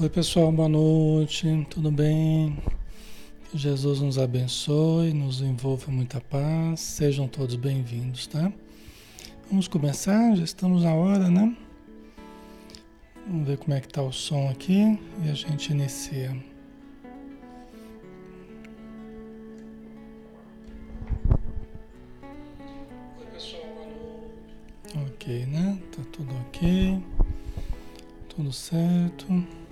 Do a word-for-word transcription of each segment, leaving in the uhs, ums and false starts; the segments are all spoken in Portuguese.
Oi pessoal, boa noite, tudo bem? Que Jesus nos abençoe, nos envolva muita paz, sejam todos bem-vindos, tá? Vamos começar, já estamos na hora, né? Vamos ver como é que tá o som aqui e a gente inicia. Oi pessoal, boa noite. Ok, né? Tá tudo ok, tudo certo.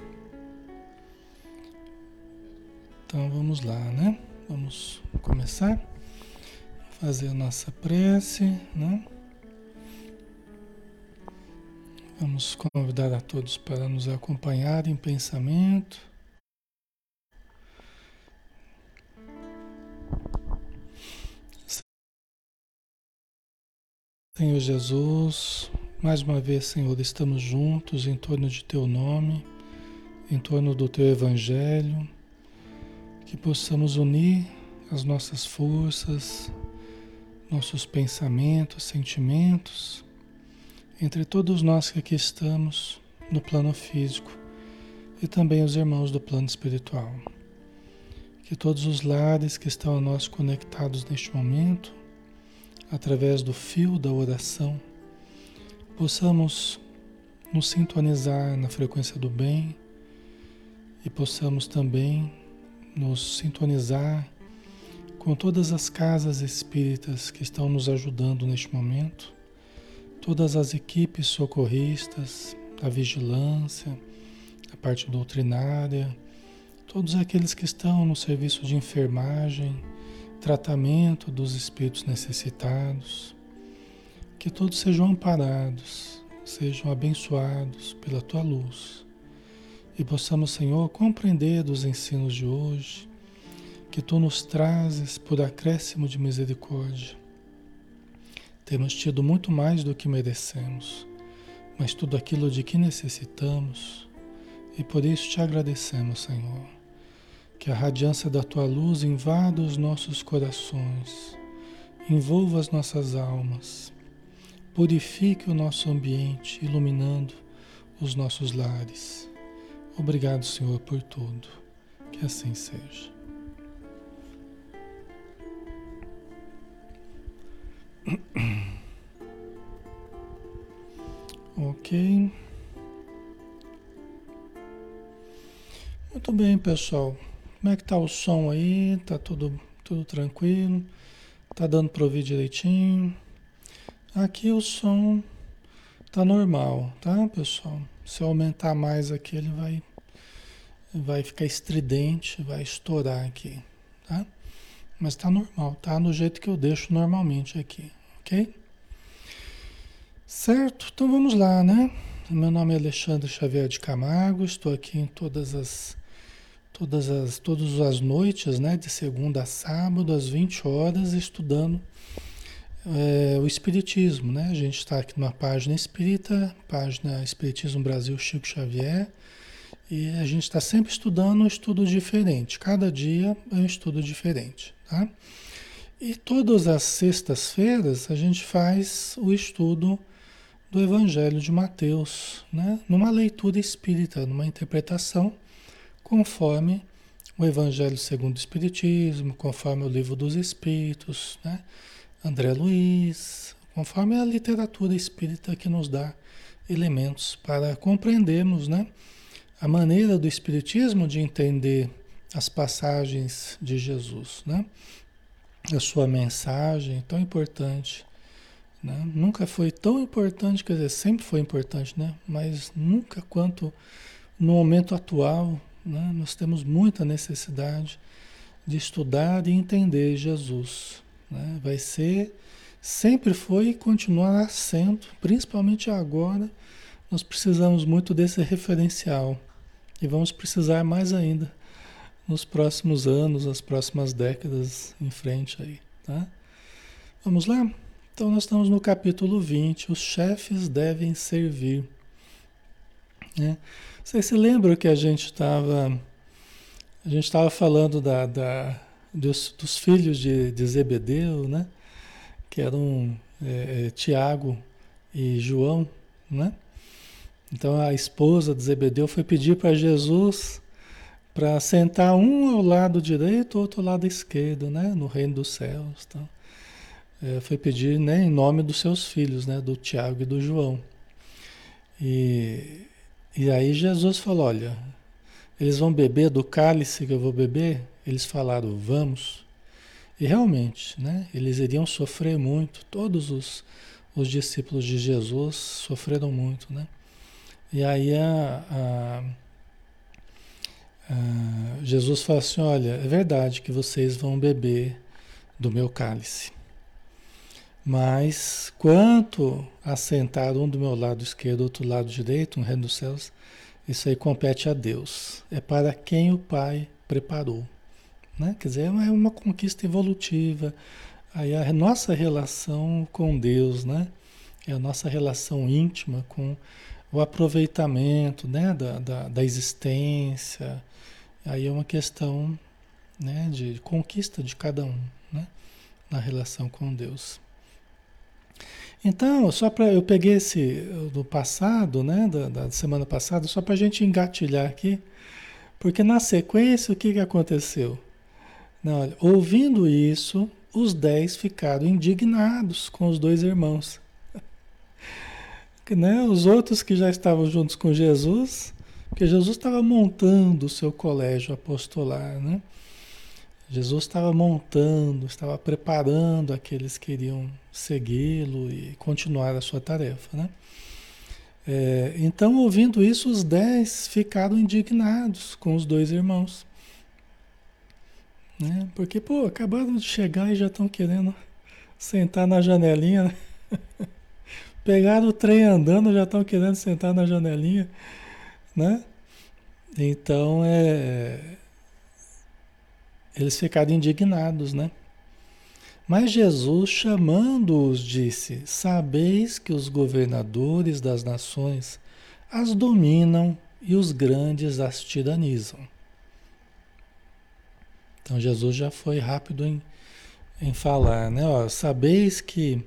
Então vamos lá, né? Vamos começar a fazer a nossa prece, né? Vamos convidar a todos para nos acompanhar em pensamento. Senhor Jesus, mais uma vez, Senhor, estamos juntos em torno de Teu nome, em torno do Teu Evangelho, que possamos unir as nossas forças, nossos pensamentos, sentimentos, entre todos nós que aqui estamos no plano físico e também os irmãos do plano espiritual. Que todos os lares que estão a nós conectados neste momento, através do fio da oração, possamos nos sintonizar na frequência do bem e possamos também nos sintonizar com todas as casas espíritas que estão nos ajudando neste momento, todas as equipes socorristas, a vigilância, a parte doutrinária, todos aqueles que estão no serviço de enfermagem, tratamento dos espíritos necessitados, que todos sejam amparados, sejam abençoados pela Tua luz e possamos, Senhor, compreender dos ensinos de hoje que Tu nos trazes por acréscimo de misericórdia. Temos tido muito mais do que merecemos, mas tudo aquilo de que necessitamos e por isso Te agradecemos, Senhor. Que a radiância da Tua luz invada os nossos corações, envolva as nossas almas, purifique o nosso ambiente, iluminando os nossos lares. Obrigado, Senhor, por tudo. Que assim seja. Ok. Muito bem, pessoal. Como é que tá o som aí? Tá tudo, tudo tranquilo? Tá dando para ouvir direitinho? Aqui o som tá normal, tá, pessoal? Se eu aumentar mais aqui, ele vai, vai ficar estridente, vai estourar aqui, tá? Mas tá normal, tá no jeito que eu deixo normalmente aqui, ok? Certo? Então vamos lá, né? Meu nome é Alexandre Xavier de Camargo, estou aqui em todas as Todas as, todas as noites, né, de segunda a sábado, às vinte horas, estudando é, o Espiritismo, né? A gente está aqui numa página espírita, página Espiritismo Brasil Chico Xavier, e a gente está sempre estudando um estudo diferente. Cada dia é um estudo diferente, tá? E todas as sextas-feiras a gente faz o estudo do Evangelho de Mateus, né? Numa leitura espírita, numa interpretação, conforme o Evangelho segundo o Espiritismo, conforme o Livro dos Espíritos, né? André Luiz, conforme a literatura espírita que nos dá elementos para compreendermos, né, a maneira do Espiritismo de entender as passagens de Jesus, né? A sua mensagem tão importante, né? Nunca foi tão importante, quer dizer, sempre foi importante, né? Mas nunca quanto no momento atual, né? Nós temos muita necessidade de estudar e entender Jesus, né? Vai ser, sempre foi e continuará sendo, principalmente agora, nós precisamos muito desse referencial e vamos precisar mais ainda nos próximos anos, nas próximas décadas em frente aí, tá? Vamos lá? Então nós estamos no capítulo vinte, os chefes devem servir, né? Vocês se lembram que a gente estava a gente estava falando da, da, dos, dos filhos de, de Zebedeu, né? Que eram é, é, Tiago e João, né? Então a esposa de Zebedeu foi pedir para Jesus para sentar um ao lado direito, outro ao lado esquerdo, né? No reino dos céus. Então, é, foi pedir, né, em nome dos seus filhos, né? Do Tiago e do João. E, e aí Jesus falou, olha, eles vão beber do cálice que eu vou beber? Eles falaram, vamos. E realmente, né? Eles iriam sofrer muito. Todos os, os discípulos de Jesus sofreram muito, né? E aí a, a, a Jesus fala assim, olha, é verdade que vocês vão beber do meu cálice. Mas quanto a sentar um do meu lado esquerdo, outro lado direito, no reino dos céus, isso aí compete a Deus. É para quem o Pai preparou. Né? Quer dizer, é uma conquista evolutiva. Aí a nossa relação com Deus, né? É a nossa relação íntima com o aproveitamento, né? da, da, da existência. Aí é uma questão, né? De conquista de cada um, né? Na relação com Deus. Então, só para eu peguei esse do passado, né? Da, da semana passada, só para a gente engatilhar aqui, porque na sequência o que, que aconteceu? Não, olha, ouvindo isso, os dez ficaram indignados com os dois irmãos. Né? Os outros que já estavam juntos com Jesus, porque Jesus estava montando o seu colégio apostolar, né? Jesus estava montando, estava preparando aqueles que iriam segui-lo e continuar a sua tarefa, né? É, então, ouvindo isso, os dez ficaram indignados com os dois irmãos. Né? Porque, pô, acabaram de chegar e já estão querendo sentar na janelinha, né? Pegaram o trem andando, já estão querendo sentar na janelinha, né? Então, é, eles ficaram indignados, né? Mas Jesus, chamando-os, disse: sabeis que os governadores das nações as dominam e os grandes as tiranizam. Então, Jesus já foi rápido em, em falar, né? Ó, sabeis que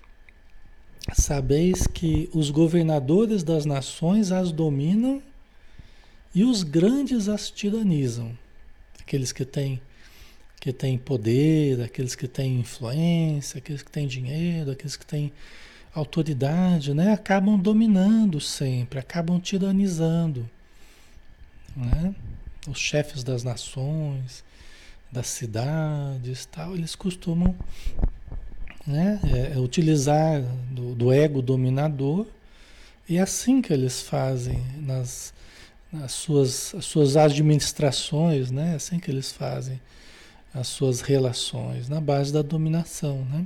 sabeis que os governadores das nações as dominam e os grandes as tiranizam. Aqueles que têm que têm poder, aqueles que têm influência, aqueles que têm dinheiro, aqueles que têm autoridade, né? Acabam dominando sempre, acabam tiranizando, né? Os chefes das nações, das cidades, tal, eles costumam, né, é, utilizar do, do ego dominador, e é assim que eles fazem nas, nas suas, as suas administrações, né? É assim que eles fazem as suas relações, na base da dominação, né?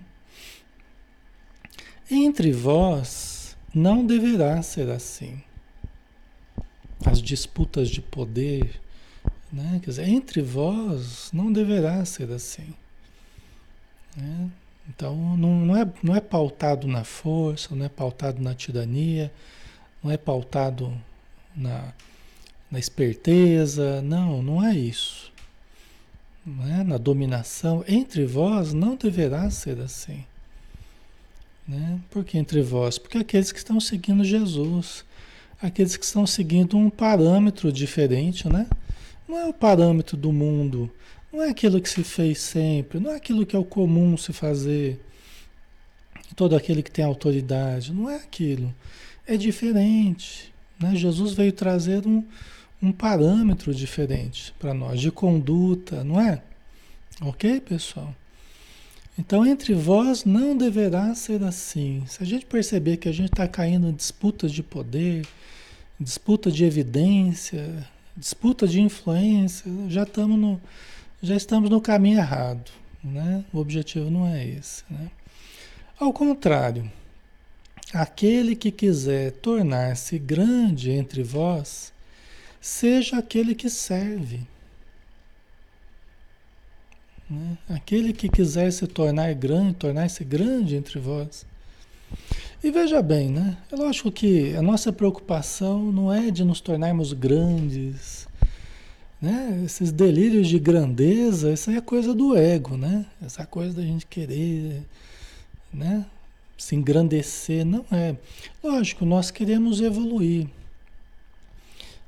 Entre vós não deverá ser assim. As disputas de poder, né? Quer dizer, entre vós não deverá ser assim, né? Então não, não, é, não é pautado na força, não é pautado na tirania, não é pautado na, na esperteza, não, não é isso. Né? Na dominação, entre vós não deverá ser assim. Né? Por que entre vós? Porque aqueles que estão seguindo Jesus, aqueles que estão seguindo um parâmetro diferente, né? Não é o parâmetro do mundo, não é aquilo que se fez sempre, não é aquilo que é o comum se fazer, todo aquele que tem autoridade, não é aquilo, é diferente. Né? Jesus veio trazer um, um parâmetro diferente para nós, de conduta, não é? Ok, pessoal? Então, entre vós não deverá ser assim. Se a gente perceber que a gente está caindo em disputas de poder, disputa de evidência, disputa de influência, já estamos no, já estamos no caminho errado, né? O objetivo não é esse, né? Ao contrário, aquele que quiser tornar-se grande entre vós, seja aquele que serve. Né? Aquele que quiser se tornar grande, tornar-se grande entre vós. E veja bem, né? É lógico que a nossa preocupação não é de nos tornarmos grandes, né? Esses delírios de grandeza, isso aí é coisa do ego, né? Essa coisa da gente querer, né? Se engrandecer, não é. Lógico, nós queremos evoluir,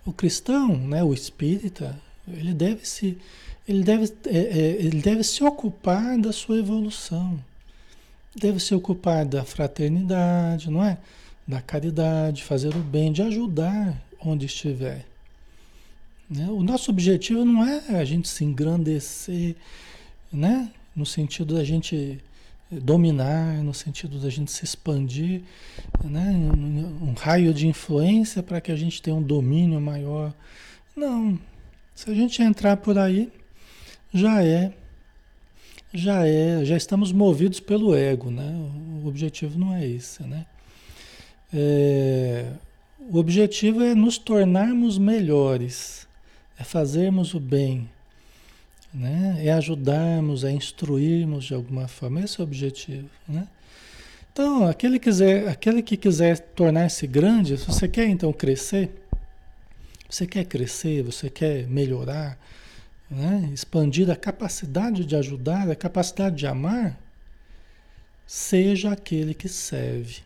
O cristão, né, o espírita, ele deve se, ele deve, é, é, ele deve se ocupar da sua evolução, deve se ocupar da fraternidade, não é? Da caridade, fazer o bem, de ajudar onde estiver. Né? O nosso objetivo não é a gente se engrandecer, né? No sentido da gente dominar, no sentido da gente se expandir, né? Um, um raio de influência para que a gente tenha um domínio maior. Não. Se a gente entrar por aí, já é, já é, já estamos movidos pelo ego, né? O objetivo não é esse, né? É, o objetivo é nos tornarmos melhores, é fazermos o bem, né? É ajudarmos, é instruirmos de alguma forma. Esse é o objetivo, né? Então, aquele, quiser, aquele que quiser tornar-se grande, se você quer então crescer, você quer crescer, você quer melhorar, né? Expandir a capacidade de ajudar, a capacidade de amar, seja aquele que serve.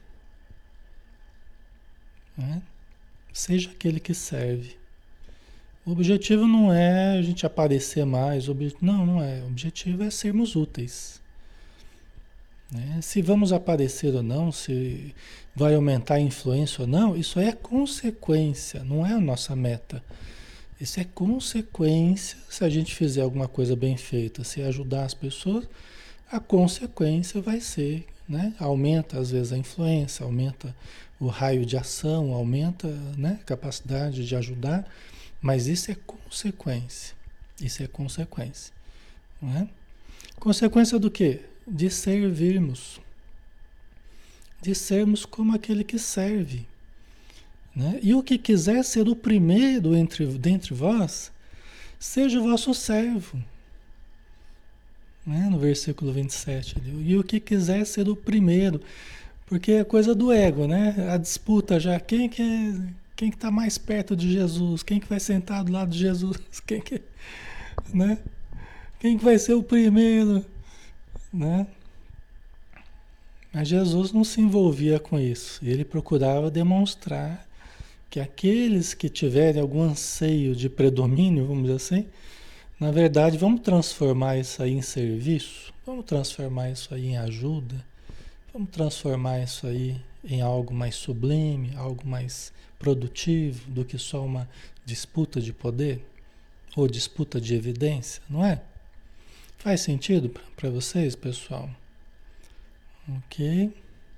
Né? Seja aquele que serve. O objetivo não é a gente aparecer mais, obje... não, não é. O objetivo é sermos úteis. Né? Se vamos aparecer ou não, se vai aumentar a influência ou não, isso é consequência, não é a nossa meta. Isso é consequência se a gente fizer alguma coisa bem feita, se ajudar as pessoas, a consequência vai ser, né? Aumenta às vezes a influência, aumenta o raio de ação, aumenta, né, a capacidade de ajudar, mas isso é consequência. Isso é consequência. Não é? Consequência do quê? De servirmos. De sermos como aquele que serve. Né? E o que quiser ser o primeiro entre, dentre vós, seja o vosso servo. Né? No versículo vinte e sete. Ali. E o que quiser ser o primeiro. Porque é coisa do ego, né? A disputa já. Quem que é, quem que está mais perto de Jesus? Quem que vai sentar do lado de Jesus? Quem que, né? Quem que vai ser o primeiro? Né? Mas Jesus não se envolvia com isso. Ele procurava demonstrar que aqueles que tiverem algum anseio de predomínio, vamos dizer assim, na verdade, vamos transformar isso aí em serviço, vamos transformar isso aí em ajuda, vamos transformar isso aí em algo mais sublime, algo mais produtivo do que só uma disputa de poder ou disputa de evidência, não é? Faz sentido para vocês, pessoal? Ok.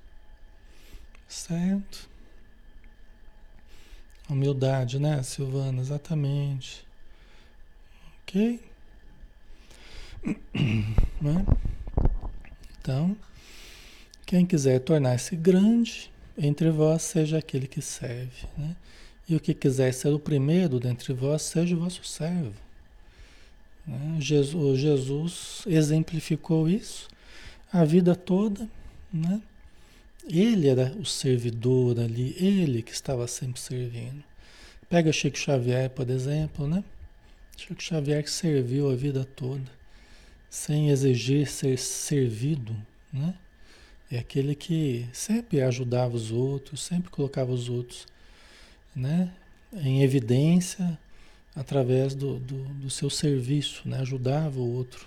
Certo. Humildade, né, Silvana? Exatamente. Ok? Né? Então, quem quiser tornar-se grande entre vós, seja aquele que serve. Né? E o que quiser ser o primeiro dentre vós, seja o vosso servo. Né? Jesus, Jesus exemplificou isso a vida toda. Né? Ele era o servidor ali, ele que estava sempre servindo. Pega Chico Xavier, por exemplo, né? Chico Xavier que serviu a vida toda, sem exigir ser servido, né? É aquele que sempre ajudava os outros, sempre colocava os outros, né, em evidência através do, do, do seu serviço, né? Ajudava o outro.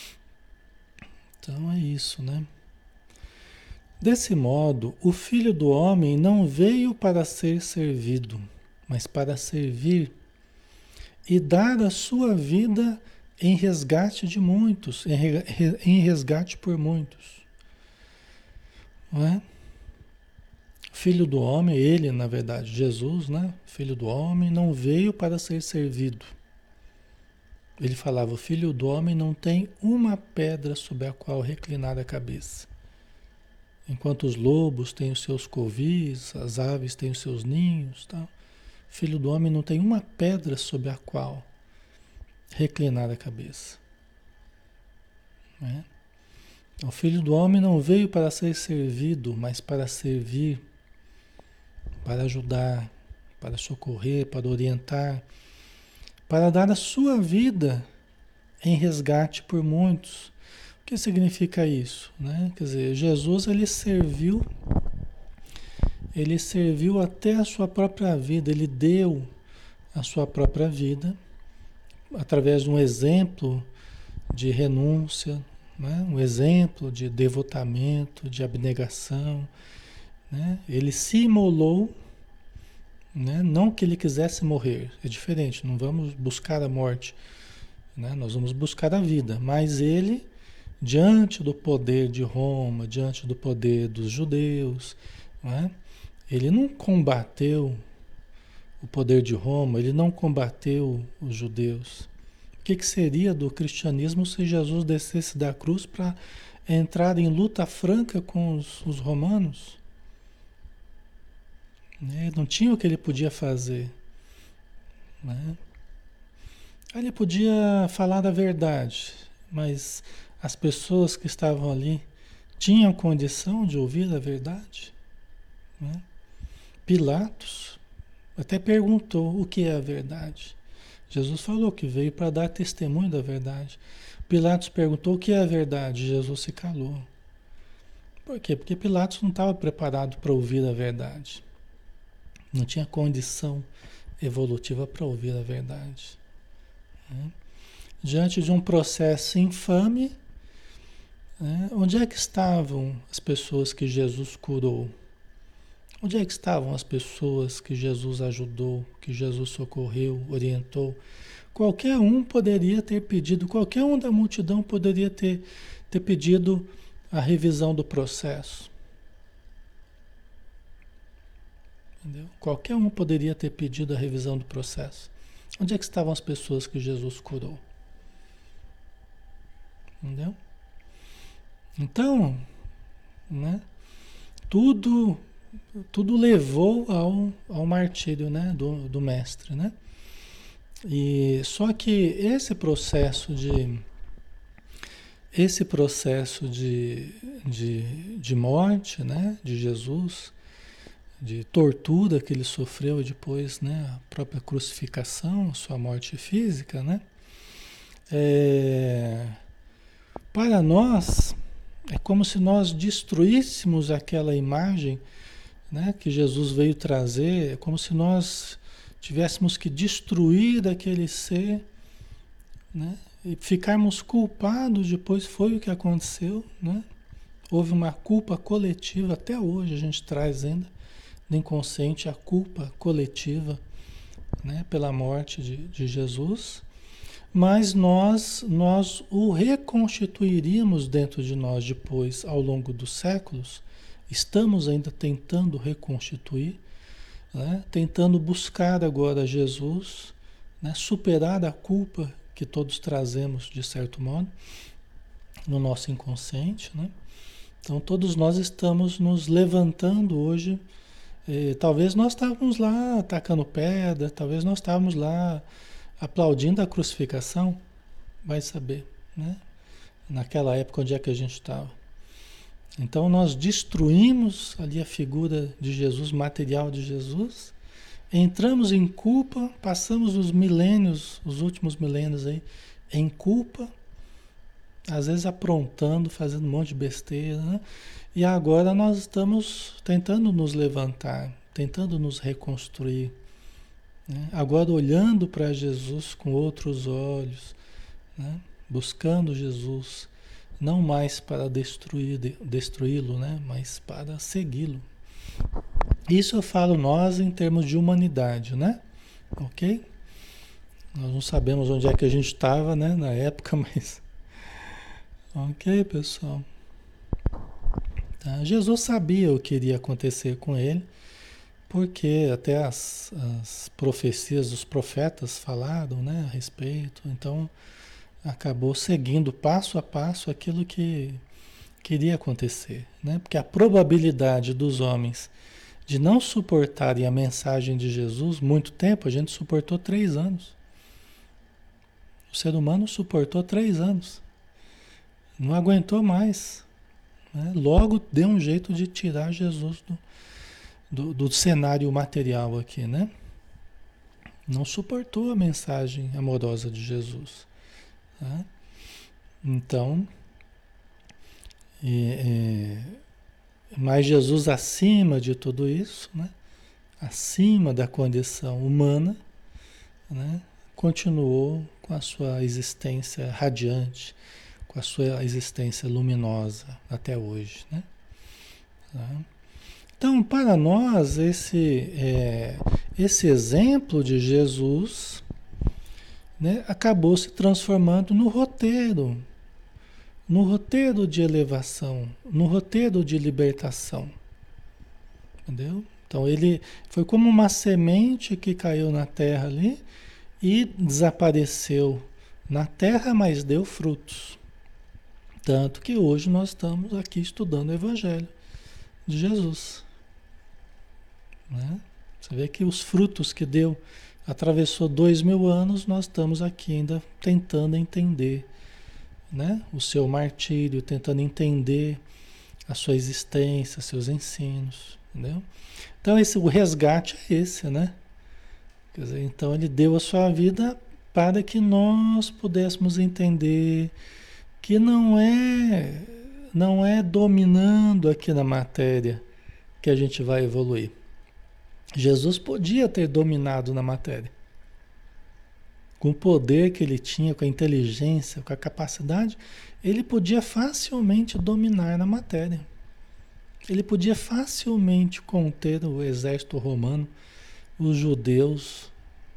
Então é isso, né? Desse modo, o Filho do Homem não veio para ser servido, mas para servir e dar a sua vida em resgate de muitos, em resgate por muitos. Não é? Filho do Homem, ele, na verdade, Jesus, né? Filho do Homem, não veio para ser servido. Ele falava, o Filho do Homem não tem uma pedra sobre a qual reclinar a cabeça. Enquanto os lobos têm os seus covis, as aves têm os seus ninhos, tá? Filho do Homem não tem uma pedra sobre a qual reclinar a cabeça. Né? O Filho do Homem não veio para ser servido, mas para servir, para ajudar, para socorrer, para orientar, para dar a sua vida em resgate por muitos. O que significa isso? Né? Quer dizer, Jesus ele serviu, ele serviu até a sua própria vida, ele deu a sua própria vida, através de um exemplo de renúncia, né? Um exemplo de devotamento, de abnegação, né? Ele se imolou, né? Não que ele quisesse morrer, é diferente, não vamos buscar a morte, né? Nós vamos buscar a vida, mas ele, diante do poder de Roma, diante do poder dos judeus, né? Ele não combateu o poder de Roma, ele não combateu os judeus. O que, que seria do cristianismo se Jesus descesse da cruz para entrar em luta franca com os, os romanos? Né? Não tinha o que ele podia fazer. Né? Ele podia falar da verdade, mas as pessoas que estavam ali tinham condição de ouvir a verdade? Né? Pilatos até perguntou o que é a verdade. Jesus falou que veio para dar testemunho da verdade. Pilatos perguntou o que é a verdade. Jesus se calou. Por quê? Porque Pilatos não estava preparado para ouvir a verdade. Não tinha condição evolutiva para ouvir a verdade. Né? Diante de um processo infame, né? Onde é que estavam as pessoas que Jesus curou? Onde é que estavam as pessoas que Jesus ajudou, que Jesus socorreu, orientou? Qualquer um poderia ter pedido, qualquer um da multidão poderia ter, ter pedido a revisão do processo. Entendeu? Qualquer um poderia ter pedido a revisão do processo. Onde é que estavam as pessoas que Jesus curou? Entendeu? Então, né? Tudo... Tudo levou ao, ao martírio, né, do, do mestre, né? E só que esse processo de esse processo de, de, de morte, né, de Jesus, de tortura que ele sofreu e depois, né, a própria crucificação, sua morte física, né? É, para nós é como se nós destruíssemos aquela imagem, né, que Jesus veio trazer, é como se nós tivéssemos que destruir aquele ser, né, e ficarmos culpados depois. Foi o que aconteceu, né? Houve uma culpa coletiva, até hoje a gente traz ainda no inconsciente a culpa coletiva, né, pela morte de, de Jesus, mas nós, nós o reconstituiríamos dentro de nós depois, ao longo dos séculos. Estamos ainda tentando reconstituir, né? Tentando buscar agora Jesus, né? Superar a culpa que todos trazemos, de certo modo, no nosso inconsciente, né? Então todos nós estamos nos levantando hoje. Eh, talvez nós estávamos lá atacando pedra, talvez nós estávamos lá aplaudindo a crucificação, vai saber, né? Naquela época, onde é que a gente estava? Então nós destruímos ali a figura de Jesus, material de Jesus, entramos em culpa, passamos os milênios, os últimos milênios aí, em culpa, às vezes aprontando, fazendo um monte de besteira, né? E agora nós estamos tentando nos levantar, tentando nos reconstruir, né? Agora olhando para Jesus com outros olhos, né? Buscando Jesus, não mais para destruir, destruí-lo, né? Mas para segui-lo. Isso eu falo nós em termos de humanidade, né? Ok? Nós não sabemos onde é que a gente estava, né? Na época, mas... Ok, pessoal? Tá? Jesus sabia o que iria acontecer com ele, porque até as, as profecias dos profetas falaram, né, a respeito. Então, acabou seguindo passo a passo aquilo que queria acontecer, né? Porque a probabilidade dos homens de não suportarem a mensagem de Jesus muito tempo, a gente suportou três anos. O ser humano suportou três anos. Não aguentou mais, né? Logo deu um jeito de tirar Jesus do, do, do cenário material aqui, né? Não suportou a mensagem amorosa de Jesus. Tá? Então, é, é, mas Jesus acima de tudo isso, né? Acima da condição humana, né? Continuou com a sua existência radiante, com a sua existência luminosa até hoje, né? Tá? Então, para nós, esse, é, esse exemplo de Jesus, né, acabou se transformando no roteiro, no roteiro de elevação, no roteiro de libertação, entendeu? Então, ele foi como uma semente que caiu na terra ali e desapareceu na terra, mas deu frutos. Tanto que hoje nós estamos aqui estudando o Evangelho de Jesus, né? Você vê que os frutos que deu, atravessou dois mil anos, nós estamos aqui ainda tentando entender, né? O seu martírio, tentando entender a sua existência, seus ensinos, entendeu? Então esse, o resgate é esse, né? Quer dizer, então ele deu a sua vida para que nós pudéssemos entender que não é, não é dominando aqui na matéria que a gente vai evoluir. Jesus podia ter dominado na matéria. Com o poder que ele tinha, com a inteligência, com a capacidade, ele podia facilmente dominar na matéria. Ele podia facilmente conter o exército romano, os judeus.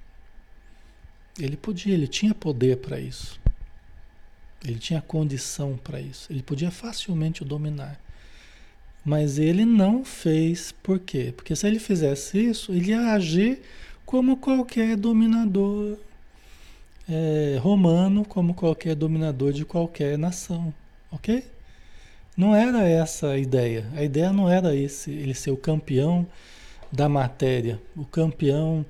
Ele podia, ele tinha poder para isso. Ele tinha condição para isso. Ele podia facilmente dominar. Mas ele não fez. Por quê? Porque se ele fizesse isso, ele ia agir como qualquer dominador é, romano, como qualquer dominador de qualquer nação. Ok? Não era essa a ideia. A ideia não era esse, ele ser o campeão da matéria, o campeão,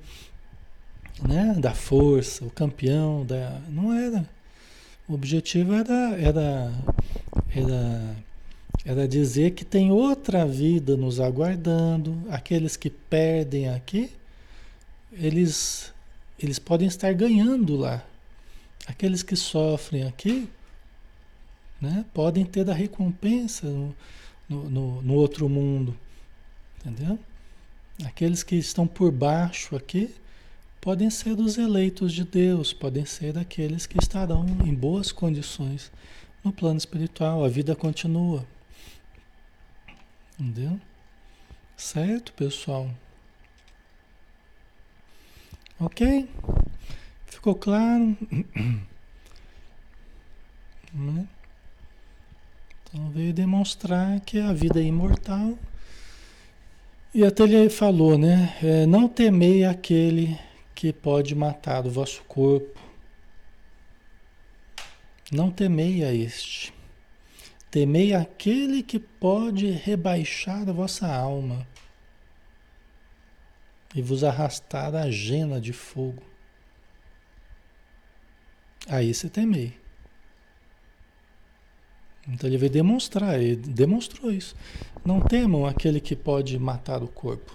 né, da força, o campeão da... Não era. O objetivo era, era, era, era dizer que tem outra vida nos aguardando. Aqueles que perdem aqui, eles, eles podem estar ganhando lá. Aqueles que sofrem aqui, né, podem ter a recompensa no, no, no, no outro mundo. Entendeu? Aqueles que estão por baixo aqui podem ser os eleitos de Deus, podem ser aqueles que estarão em boas condições no plano espiritual. A vida continua. Entendeu? Certo, pessoal? Ok? Ficou claro? Né? Então veio demonstrar que a vida é imortal. E até ele falou, né? É, não temei aquele que pode matar o vosso corpo. Não temei a este. Temei aquele que pode rebaixar a vossa alma e vos arrastar a jena de fogo. Aí você temei. Então ele veio demonstrar, ele demonstrou isso. Não temam aquele que pode matar o corpo.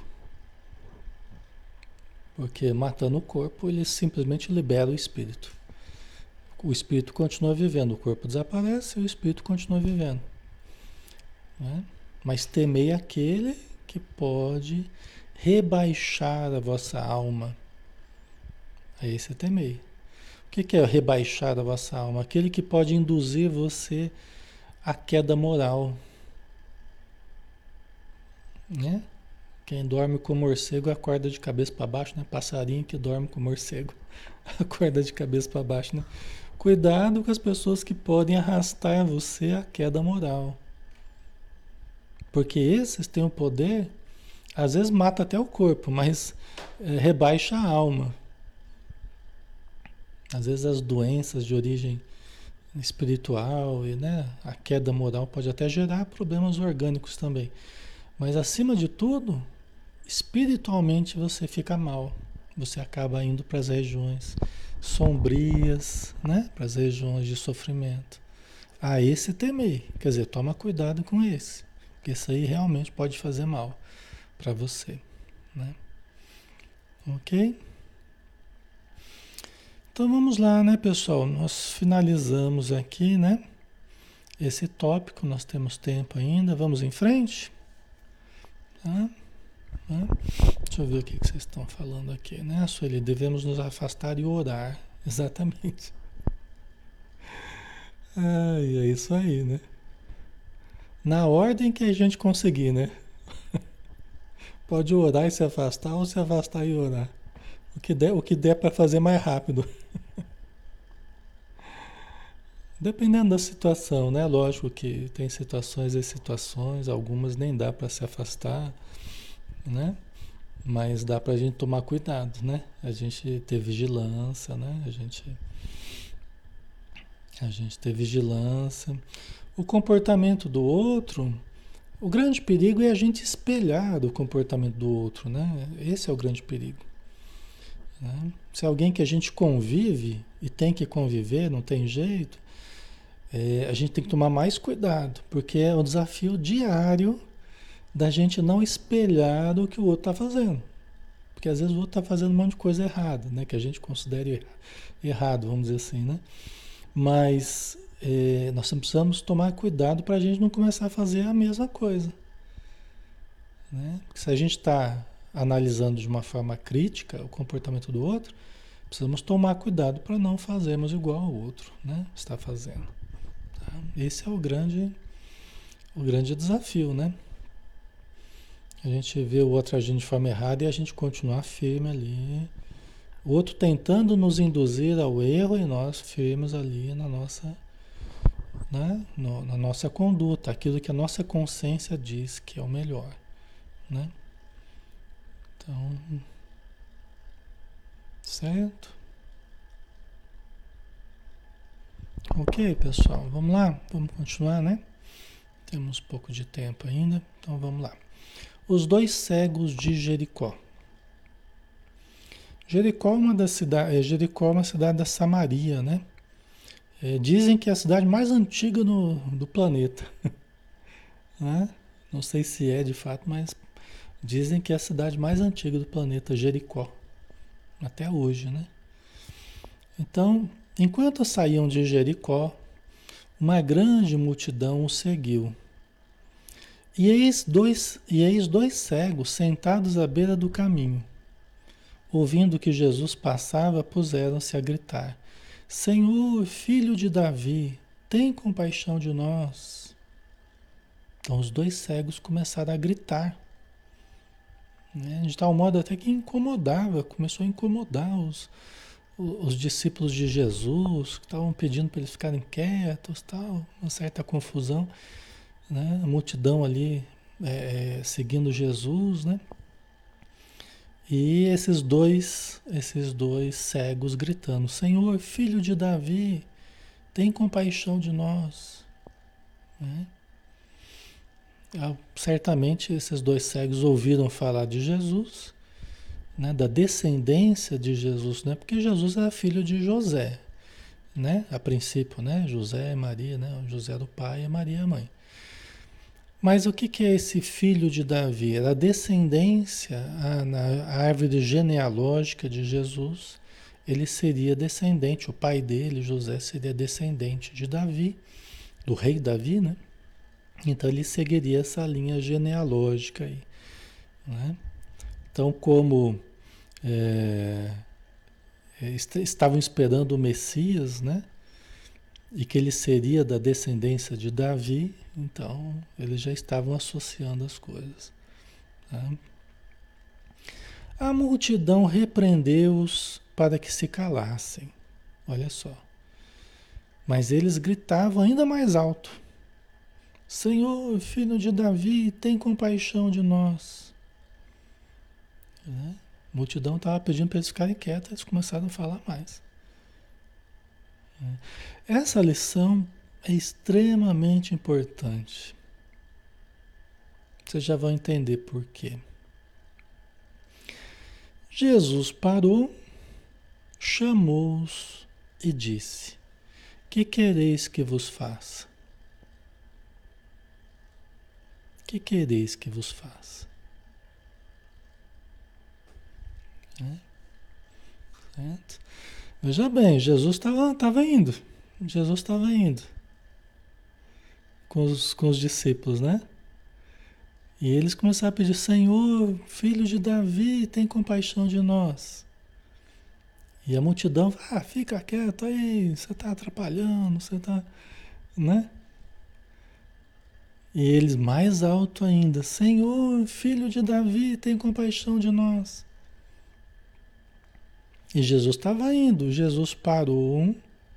Porque matando o corpo, ele simplesmente libera o espírito. O espírito continua vivendo, o corpo desaparece e o espírito continua vivendo. Né? Mas temei aquele que pode rebaixar a vossa alma. Aí você temei. O que que é rebaixar a vossa alma? Aquele que pode induzir você à queda moral. Né? Quem dorme com morcego acorda de cabeça para baixo, né? Passarinho que dorme com morcego acorda de cabeça para baixo, né? Cuidado com as pessoas que podem arrastar você à queda moral. Porque esses têm o poder, às vezes mata até o corpo, mas é, rebaixa a alma. Às vezes as doenças de origem espiritual e, né, a queda moral pode até gerar problemas orgânicos também. Mas acima de tudo, espiritualmente você fica mal. Você acaba indo para as regiões sombrias, né? Para as regiões de sofrimento. Ah, esse temei. Quer dizer, toma cuidado com esse. Porque esse aí realmente pode fazer mal para você, né? Ok? Então vamos lá, né, pessoal? Nós finalizamos aqui, né? Esse tópico, nós temos tempo ainda. Vamos em frente? Tá? Né? Deixa eu ver o que que vocês estão falando aqui, né, Sueli? Devemos nos afastar e orar. Exatamente. Ai, é isso aí, né? Na ordem que a gente conseguir, né? Pode orar e se afastar ou se afastar e orar. O que der, o que der para fazer mais rápido. Dependendo da situação, né? Lógico que tem situações e situações, algumas nem dá para se afastar, né? Mas dá para a gente tomar cuidado, né? A gente ter vigilância, né? A gente, a gente ter vigilância. O comportamento do outro, o grande perigo é a gente espelhar o comportamento do outro, né? Esse é o grande perigo, né? Se é alguém que a gente convive e tem que conviver, não tem jeito, é, a gente tem que tomar mais cuidado, porque é um desafio diário da gente não espelhar o que o outro está fazendo. Porque às vezes o outro está fazendo um monte de coisa errada, né? Que a gente considera erra- errado, vamos dizer assim, né? Mas é, nós precisamos tomar cuidado para a gente não começar a fazer a mesma coisa, né? Porque se a gente está analisando de uma forma crítica o comportamento do outro, precisamos tomar cuidado para não fazermos igual ao outro, né? Está fazendo. Tá? Esse é o grande, o grande desafio, né? A gente vê o outro agindo de forma errada e a gente continuar firme ali. O outro tentando nos induzir ao erro e nós firmes ali na nossa, né? No, na nossa conduta, aquilo que a nossa consciência diz que é o melhor, né? Então, certo? Ok, pessoal, vamos lá? Vamos continuar, né? Temos pouco de tempo ainda, então vamos lá. Os dois cegos de Jericó. Jericó é uma das cidades, Jericó é uma cidade da Samaria, né? É, dizem que é a cidade mais antiga no, do planeta, né? Não sei se é de fato, mas dizem que é a cidade mais antiga do planeta, Jericó, até hoje, né? Então, enquanto saíam de Jericó, uma grande multidão o seguiu. E eis dois, e eis dois cegos sentados à beira do caminho. Ouvindo que Jesus passava, puseram-se a gritar: Senhor, filho de Davi, tem compaixão de nós. Então os dois cegos começaram a gritar, né? De tal modo até que incomodava, começou a incomodar os, os discípulos de Jesus, que estavam pedindo para eles ficarem quietos, tal, uma certa confusão, né? A multidão ali é, seguindo Jesus, né? E esses dois, esses dois cegos gritando: Senhor, filho de Davi, tem compaixão de nós, né? Ah, certamente esses dois cegos ouviram falar de Jesus, né? Da descendência de Jesus, né? Porque Jesus era filho de José, né? A princípio, né? José e Maria, né? José era o pai e Maria a mãe. Mas o que que é esse filho de Davi? Era a descendência, a, na árvore genealógica de Jesus, ele seria descendente, o pai dele, José, seria descendente de Davi, do rei Davi, né? Então ele seguiria essa linha genealógica aí, né? Então, como é, est- estavam esperando o Messias, né? E que ele seria da descendência de Davi, então eles já estavam associando as coisas, tá? A multidão repreendeu-os para que se calassem. Olha só. Mas eles gritavam ainda mais alto: Senhor, filho de Davi, tem compaixão de nós. Né? A multidão estava pedindo para eles ficarem quietos, eles começaram a falar mais. Essa lição é extremamente importante. Vocês já vão entender por quê. Jesus parou, chamou-os e disse: Que quereis que vos faça? Que quereis que vos faça? É, certo? Veja bem, Jesus estava indo. Jesus estava indo com os, com os discípulos, né? E eles começaram a pedir: Senhor, filho de Davi, tem compaixão de nós. E a multidão: ah, fica quieto aí, você está atrapalhando, você está, né? E eles mais alto ainda: Senhor, filho de Davi, tem compaixão de nós. E Jesus estava indo. Jesus parou,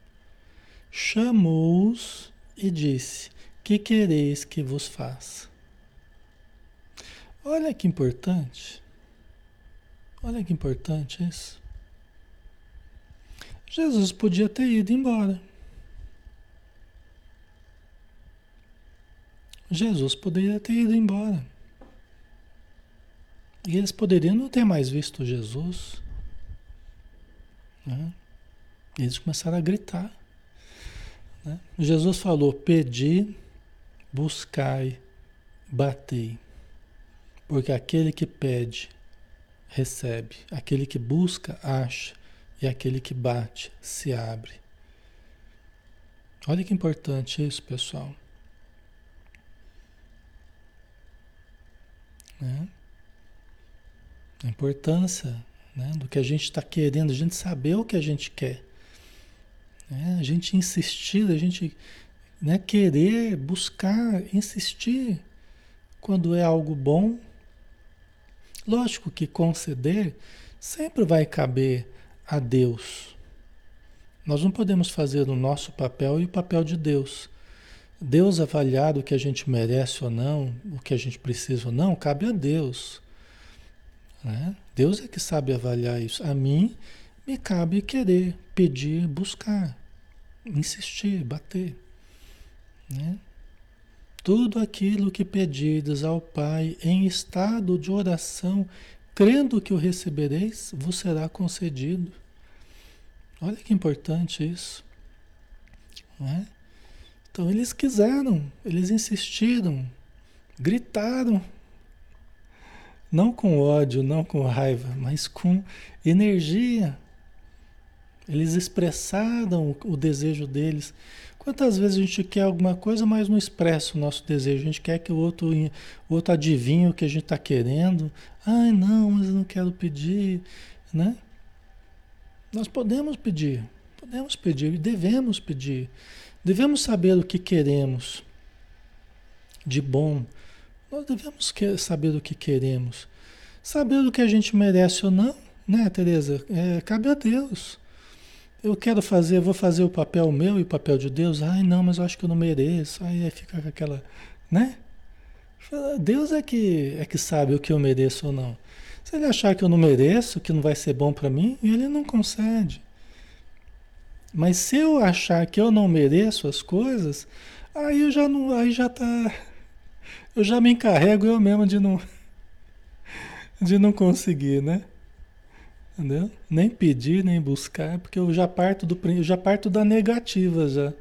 chamou-os e disse: que quereis que vos faça? Olha que importante. Olha que importante isso. Jesus podia ter ido embora. Jesus poderia ter ido embora. E eles poderiam não ter mais visto Jesus. Né? E eles começaram a gritar. Né? Jesus falou: pedi, buscai, batei. Porque aquele que pede, recebe. Aquele que busca, acha. E aquele que bate, se abre. Olha que importante isso, pessoal. Né? A importância, né, do que a gente está querendo, a gente saber o que a gente quer. Né? A gente insistir, a gente, né, querer, buscar, insistir quando é algo bom. Lógico que conceder sempre vai caber a Deus. Nós não podemos fazer o nosso papel e o papel de Deus. Deus avaliar o que a gente merece ou não, o que a gente precisa ou não, cabe a Deus. Né? Deus é que sabe avaliar isso. A mim me cabe querer, pedir, buscar, insistir, bater. Né? Tudo aquilo que pedirdes ao Pai em estado de oração, crendo que o recebereis, vos será concedido. Olha que importante isso. Né? Então eles quiseram, eles insistiram, gritaram. Não com ódio, não com raiva, mas com energia. Eles expressaram o desejo deles. Quantas vezes a gente quer alguma coisa, mas não expressa o nosso desejo? A gente quer que o outro, o outro adivinhe o que a gente está querendo. Ai, não, mas eu não quero pedir, né? Nós podemos pedir, podemos pedir e devemos pedir. Devemos saber o que queremos de bom. Nós devemos saber o que queremos. Saber o que a gente merece ou não, né, Tereza? É, cabe a Deus. Eu quero fazer, vou fazer o papel meu e o papel de Deus. Ai, não, mas eu acho que eu não mereço. Aí fica com aquela, né? Deus é que, é que sabe o que eu mereço ou não. Se ele achar que eu não mereço, que não vai ser bom para mim, ele não concede. Mas se eu achar que eu não mereço as coisas, aí eu já não, aí já tá, eu já me encarrego eu mesmo de não, de não conseguir, né? Entendeu? Nem pedir, nem buscar, porque eu já parto do, eu já parto da negativa já,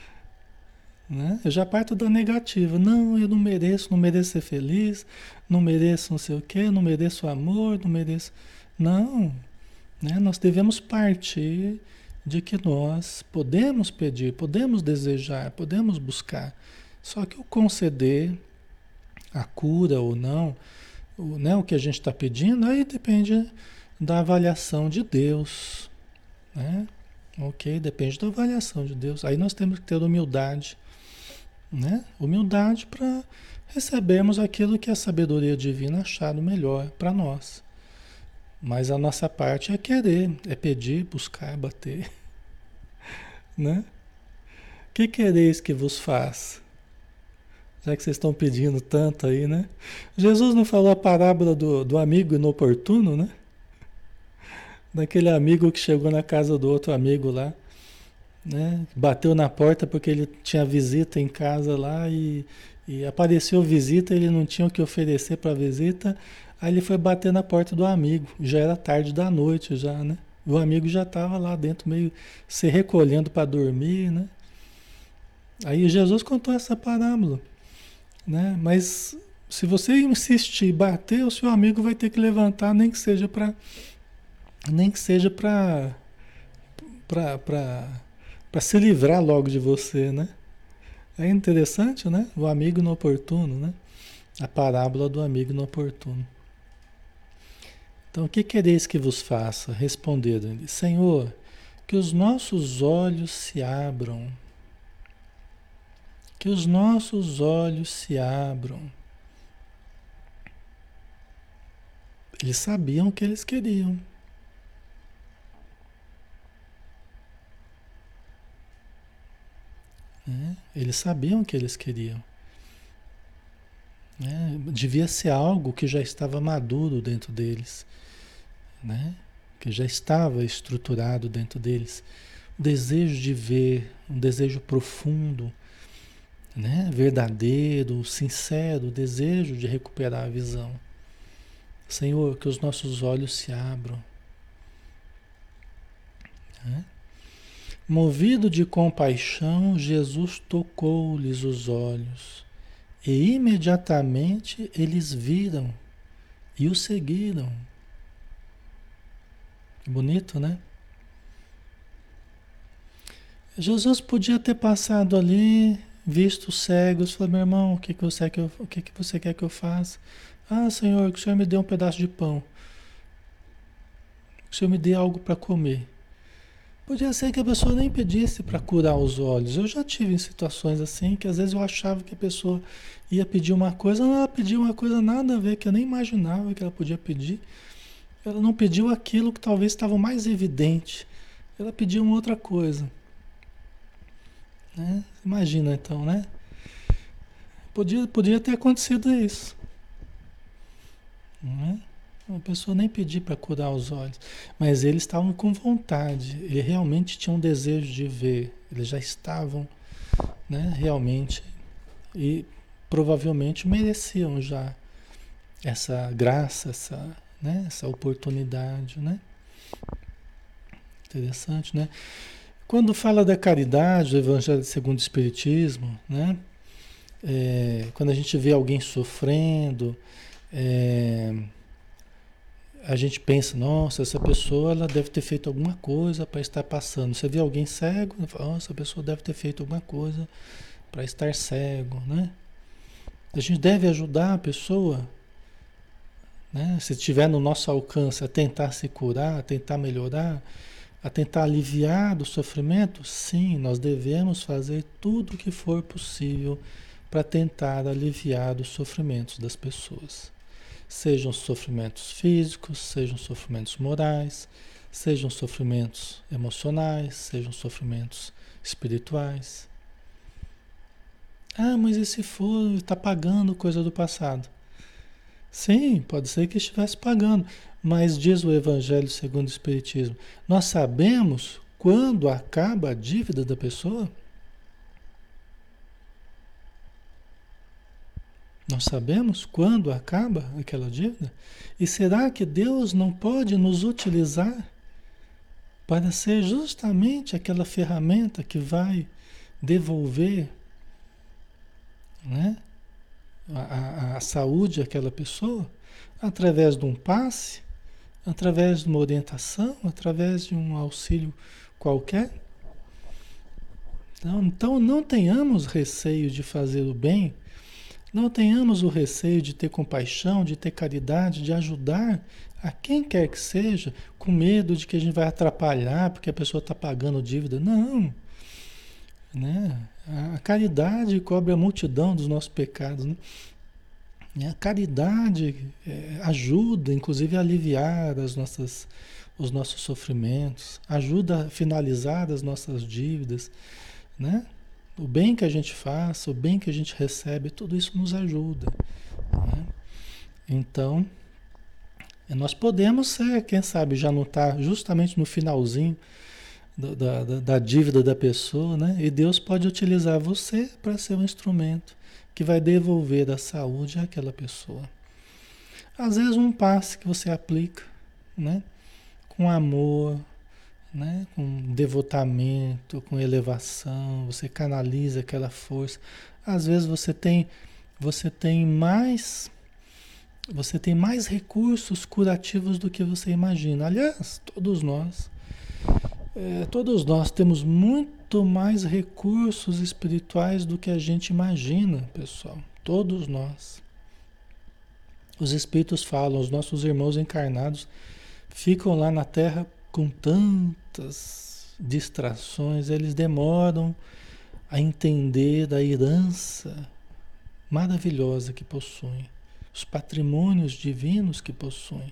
né? Eu já parto da negativa. Não, eu não mereço, não mereço ser feliz, não mereço não sei o quê, não mereço amor, não mereço. Não, né? Nós devemos partir de que nós podemos pedir, podemos desejar, podemos buscar. Só que o conceder a cura ou não, o, né, o que a gente está pedindo, aí depende da avaliação de Deus, né? Ok? Depende da avaliação de Deus. Aí nós temos que ter humildade, né? Humildade para recebermos aquilo que a sabedoria divina achar o melhor para nós. Mas a nossa parte é querer, é pedir, buscar, bater, né? Que quereis que vos faça? Já que vocês estão pedindo tanto aí, né? Jesus não falou a parábola do, do amigo inoportuno, né? Daquele amigo que chegou na casa do outro amigo lá, né? Bateu na porta porque ele tinha visita em casa lá e, e apareceu visita, ele não tinha o que oferecer para a visita, aí ele foi bater na porta do amigo, já era tarde da noite já, né? O amigo já estava lá dentro meio se recolhendo para dormir, né? Aí Jesus contou essa parábola, né? Mas se você insistir, bater, o seu amigo vai ter que levantar, nem que seja para nem que seja para para se livrar logo de você, né? É interessante, né? O amigo inoportuno, né? A parábola do amigo inoportuno. Então, o que quereis que vos faça? Responderam-lhe: Senhor, que os nossos olhos se abram. Que os nossos olhos se abram. Eles sabiam o que eles queriam. Né? Eles sabiam o que eles queriam. Né? Devia ser algo que já estava maduro dentro deles, né? Que já estava estruturado dentro deles. O desejo de ver, um desejo profundo, né? Verdadeiro, sincero, o desejo de recuperar a visão. Senhor, que os nossos olhos se abram. Né? Movido de compaixão, Jesus tocou-lhes os olhos e imediatamente eles viram e o seguiram. Bonito, né? Jesus podia ter passado ali, visto os cegos, falou: meu irmão, o que, que, você, quer, o que, que você quer que eu faça? Ah, Senhor, que o Senhor me dê um pedaço de pão. Que o Senhor me dê algo para comer. Podia ser que a pessoa nem pedisse para curar os olhos. Eu já tive em situações assim, que às vezes eu achava que a pessoa ia pedir uma coisa, ela pediu uma coisa nada a ver, que eu nem imaginava que ela podia pedir. Ela não pediu aquilo que talvez estava mais evidente. Ela pediu uma outra coisa. Né? Imagina então, né? Podia, podia ter acontecido isso. Não é? A pessoa nem pedir para curar os olhos. Mas eles estavam com vontade. Eles realmente tinham um desejo de ver. Eles já estavam, né, realmente. E provavelmente mereciam já essa graça, essa, né, essa oportunidade, né? Interessante, né? Quando fala da caridade, do Evangelho segundo o Espiritismo, né? É, quando a gente vê alguém sofrendo, é, a gente pensa, nossa, essa pessoa ela deve ter feito alguma coisa para estar passando. Você vê alguém cego, fala, nossa, essa pessoa deve ter feito alguma coisa para estar cego, né? A gente deve ajudar a pessoa, né? Se estiver no nosso alcance, a tentar se curar, a tentar melhorar, a tentar aliviar do sofrimento, sim, nós devemos fazer tudo o que for possível para tentar aliviar dos sofrimentos das pessoas. Sejam sofrimentos físicos, sejam sofrimentos morais, sejam sofrimentos emocionais, sejam sofrimentos espirituais. Ah, mas e se for, está pagando coisa do passado? Sim, pode ser que estivesse pagando, mas diz o Evangelho segundo o Espiritismo, nós sabemos quando acaba a dívida da pessoa? Nós sabemos quando acaba aquela dívida? E será que Deus não pode nos utilizar para ser justamente aquela ferramenta que vai devolver, né, a, a, a saúde àquela pessoa? Através de um passe, através de uma orientação, através de um auxílio qualquer? Então, então não tenhamos receio de fazer o bem. Não tenhamos o receio de ter compaixão, de ter caridade, de ajudar a quem quer que seja, com medo de que a gente vai atrapalhar porque a pessoa está pagando dívida. Não. Né? A caridade cobre a multidão dos nossos pecados. Né? E a caridade é, ajuda, inclusive, a aliviar as nossas, os nossos sofrimentos, ajuda a finalizar as nossas dívidas, né? O bem que a gente faz, o bem que a gente recebe, tudo isso nos ajuda. Né? Então, nós podemos ser, quem sabe, já não está justamente no finalzinho da, da, da dívida da pessoa, né? E Deus pode utilizar você para ser um instrumento que vai devolver a saúde àquela pessoa. Às vezes um passe que você aplica, né? Com amor, né? Com devotamento, com elevação, você canaliza aquela força. Às vezes você tem, você tem mais, você tem mais recursos curativos do que você imagina. Aliás, todos nós, é, todos nós temos muito mais recursos espirituais do que a gente imagina, pessoal. Todos nós, Os espíritos falam, os nossos irmãos encarnados ficam lá na Terra com tantas distrações, eles demoram a entender da herança maravilhosa que possuem, os patrimônios divinos que possuem.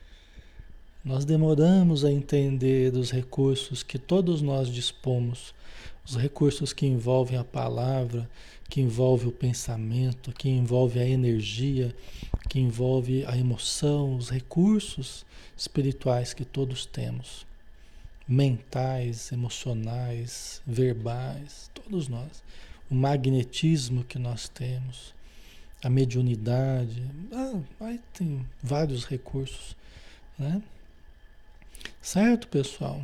Nós demoramos a entender dos recursos que todos nós dispomos, os recursos que envolvem a palavra, que envolve o pensamento, que envolve a energia, que envolve a emoção, os recursos espirituais que todos temos, mentais, emocionais, verbais, todos nós. O magnetismo que nós temos, a mediunidade, ah, aí tem vários recursos, né? Certo, pessoal?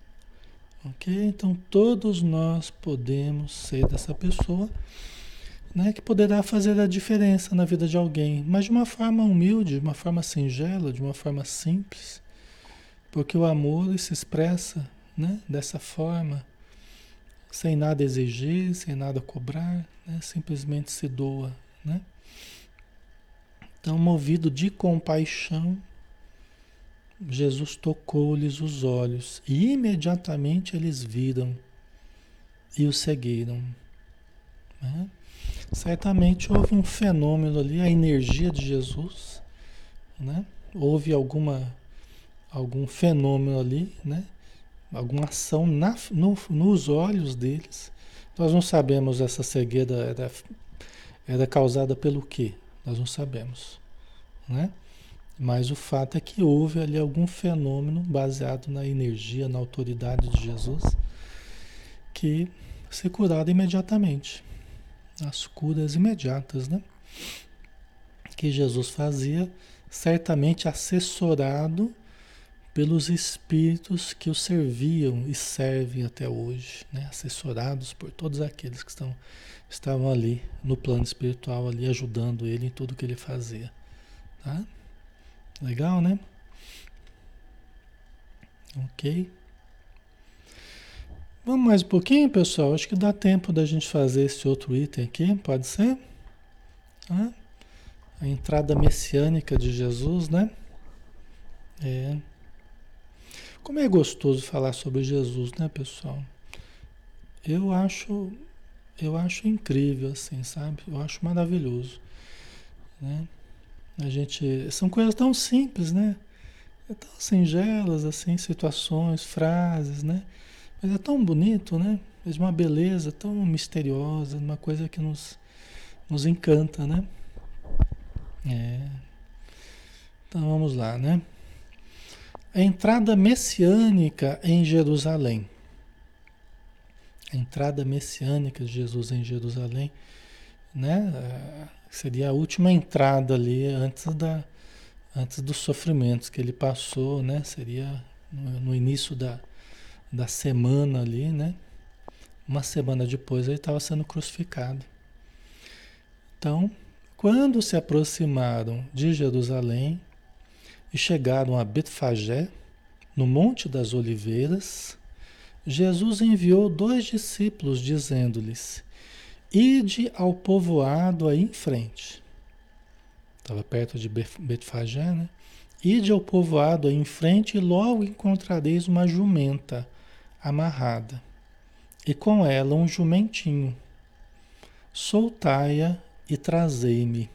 Ok? Então todos nós podemos ser dessa pessoa, né, que poderá fazer a diferença na vida de alguém, mas de uma forma humilde, de uma forma singela, de uma forma simples, porque o amor ele se expressa, né, dessa forma, sem nada exigir, sem nada cobrar, né, simplesmente se doa, né? Então, movido de compaixão, Jesus tocou-lhes os olhos e imediatamente eles viram e o seguiram, né? Certamente houve um fenômeno ali, a energia de Jesus, né? Houve alguma, algum fenômeno ali, né? Alguma ação na, no, nos olhos deles. Nós não sabemos essa cegueira era, era causada pelo quê? Nós não sabemos, né? Mas o fato é que houve ali algum fenômeno baseado na energia, na autoridade de Jesus, que se curaram imediatamente. As curas imediatas, né? Que Jesus fazia, certamente assessorado pelos espíritos que o serviam e servem até hoje, né? Assessorados por todos aqueles que estão, estavam ali no plano espiritual, ali ajudando ele em tudo que ele fazia, tá? Legal, né? Ok. Vamos mais um pouquinho, pessoal? Acho que dá tempo da gente fazer esse outro item aqui, pode ser? Ah, a entrada messiânica de Jesus, né? É. Como é gostoso falar sobre Jesus, né, pessoal? Eu acho, eu acho incrível, assim, sabe? Eu acho maravilhoso, né? A gente, são coisas tão simples, né? É tão singelas, assim, situações, frases, né? Mas é tão bonito, né? É de uma beleza tão misteriosa, uma coisa que nos, nos encanta, né? É. Então vamos lá, né? A entrada messiânica em Jerusalém. A entrada messiânica de Jesus em Jerusalém, né? Seria a última entrada ali antes da, antes dos sofrimentos que ele passou, né? Seria no, no início da, da semana ali, né? Uma semana depois ele estava sendo crucificado. Então, quando se aproximaram de Jerusalém e chegaram a Betfagé, no Monte das Oliveiras, Jesus enviou dois discípulos, dizendo-lhes: Ide ao povoado aí em frente. Estava perto de Betfagé, né? Ide ao povoado aí em frente e logo encontrareis uma jumenta amarrada, e com ela um jumentinho. Soltai-a e trazei-me.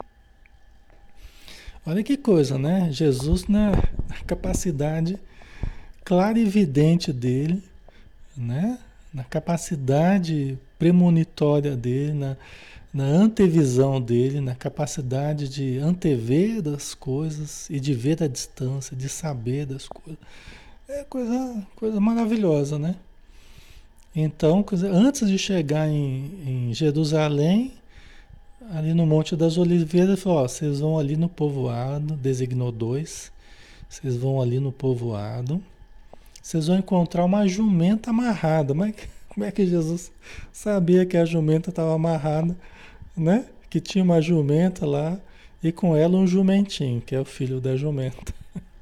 Olha que coisa, né? Jesus, na capacidade clarividente dele, né? Na capacidade premonitória dele, na, na antevisão dele, na capacidade de antever das coisas e de ver a distância, de saber das coisas. É coisa, coisa maravilhosa, né? Então, antes de chegar em, em Jerusalém, ali no Monte das Oliveiras, ele falou, ó, vocês vão ali no povoado, designou dois, vocês vão ali no povoado, vocês vão encontrar uma jumenta amarrada. Mas como é que Jesus sabia que a jumenta estava amarrada, né? Que tinha uma jumenta lá e com ela um jumentinho, que é o filho da jumenta.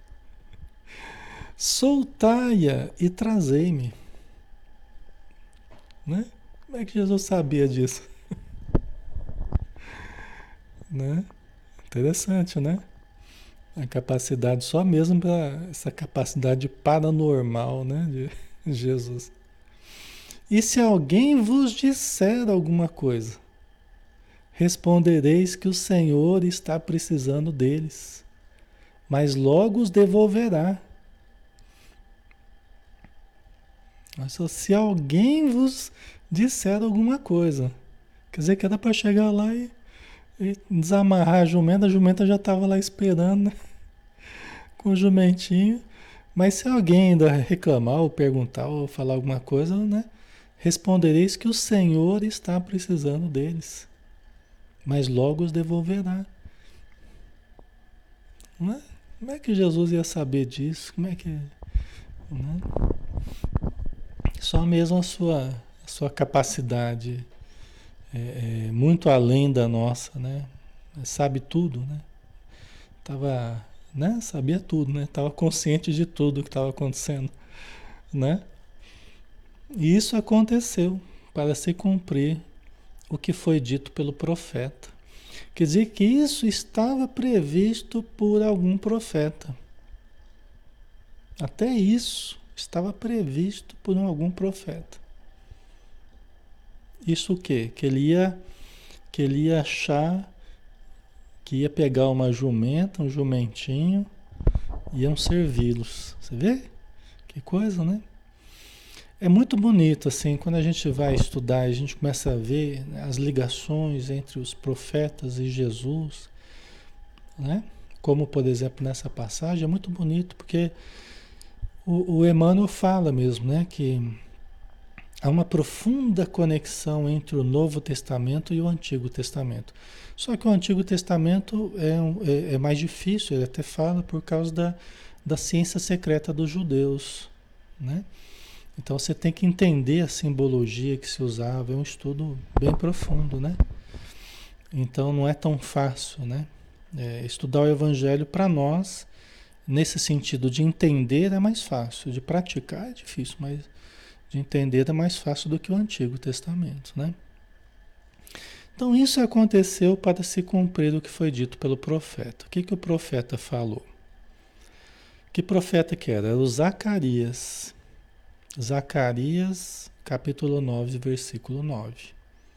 Soltai-a e trazei-me. Né? Como é que Jesus sabia disso? Né? Interessante, né? A capacidade, só mesmo para essa capacidade paranormal, né, de Jesus. E se alguém vos disser alguma coisa, respondereis que o Senhor está precisando deles, mas logo os devolverá. Mas se alguém vos disser alguma coisa, quer dizer que era para chegar lá e, e desamarrar a jumenta, a jumenta já estava lá esperando, né? Com o jumentinho. Mas se alguém ainda reclamar ou perguntar ou falar alguma coisa, né? Respondereis que o Senhor está precisando deles, mas logo os devolverá. Não é? Como é que Jesus ia saber disso? Como é que... Né? Só mesmo a sua, a sua capacidade é, é muito além da nossa, né? Sabe tudo, né? Tava, né? Sabia tudo, né? Tava consciente de tudo que estava acontecendo, né? E isso aconteceu para se cumprir o que foi dito pelo profeta. Quer dizer que isso estava previsto por algum profeta. Até isso estava previsto por algum profeta. Isso o quê? Que ele ia, que ele ia achar, que ia pegar uma jumenta, um jumentinho, iam servi-los. Você vê? Que coisa, né? É muito bonito, assim, quando a gente vai estudar, a gente começa a ver, né, as ligações entre os profetas e Jesus, né? Como, por exemplo, nessa passagem, é muito bonito, porque o, o Emmanuel fala mesmo, né, que há uma profunda conexão entre o Novo Testamento e o Antigo Testamento. Só que o Antigo Testamento é, um- é, é mais difícil, ele até fala, por causa da, da ciência secreta dos judeus, né? Então você tem que entender a simbologia que se usava, é um estudo bem profundo, né? Então não é tão fácil, né? É, estudar o Evangelho para nós, nesse sentido de entender, é mais fácil, de praticar é difícil, mas de entender é mais fácil do que o Antigo Testamento, né? Então isso aconteceu para se cumprir o que foi dito pelo profeta. O que, que o profeta falou? Que profeta que era? Era o Zacarias. Zacarias, capítulo nove, versículo nove.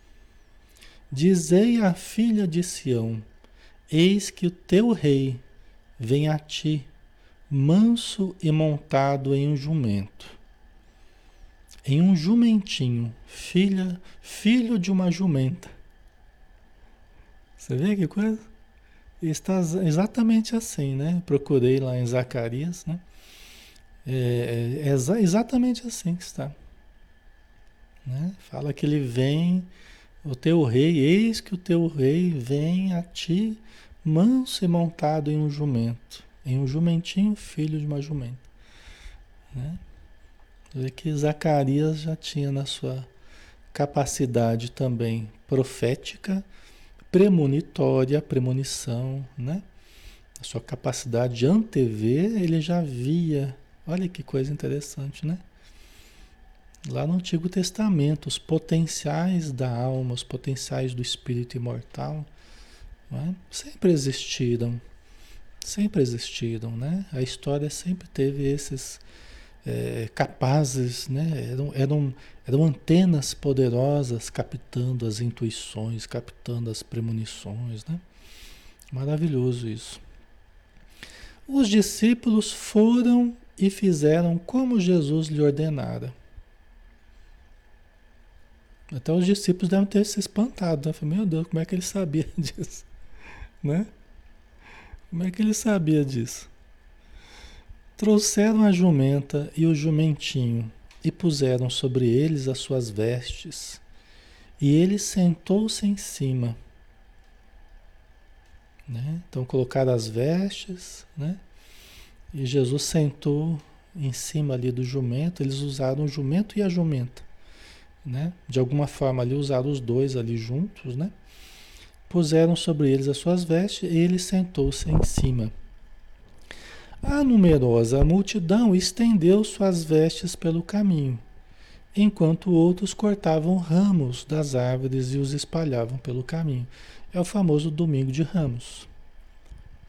Dizei à filha de Sião: eis que o teu rei vem a ti, manso e montado em um jumento, em um jumentinho, filha, filho de uma jumenta. Você vê que coisa? Está exatamente assim, né? Procurei lá em Zacarias, né? É, é exa- exatamente assim que está, né? Fala que ele vem, o teu rei, eis que o teu rei vem a ti, manso e montado em um jumento, em um jumentinho, filho de uma jumenta, né? Quer dizer que Zacarias já tinha na sua capacidade também profética, premonitória, premonição, né? A sua capacidade de antever, ele já via. Olha que coisa interessante, né? Lá no Antigo Testamento, os potenciais da alma, os potenciais do espírito imortal, não é? Sempre existiram, sempre existiram, né? A história sempre teve esses é, capazes, né? Eram, eram, eram antenas poderosas captando as intuições, captando as premonições, né? Maravilhoso isso. Os discípulos foram e fizeram como Jesus lhe ordenara. Até os discípulos devem ter se espantado, né? Falei, meu Deus, como é que ele sabia disso? Né? Como é que ele sabia disso? Trouxeram a jumenta e o jumentinho e puseram sobre eles as suas vestes. E ele sentou-se em cima. Né? Então colocaram as vestes, né? E Jesus sentou em cima ali do jumento. Eles usaram o jumento e a jumenta, né? De alguma forma ali usaram os dois ali juntos, né? Puseram sobre eles as suas vestes e ele sentou-se em cima. A numerosa multidão estendeu suas vestes pelo caminho, enquanto outros cortavam ramos das árvores e os espalhavam pelo caminho. É o famoso Domingo de Ramos,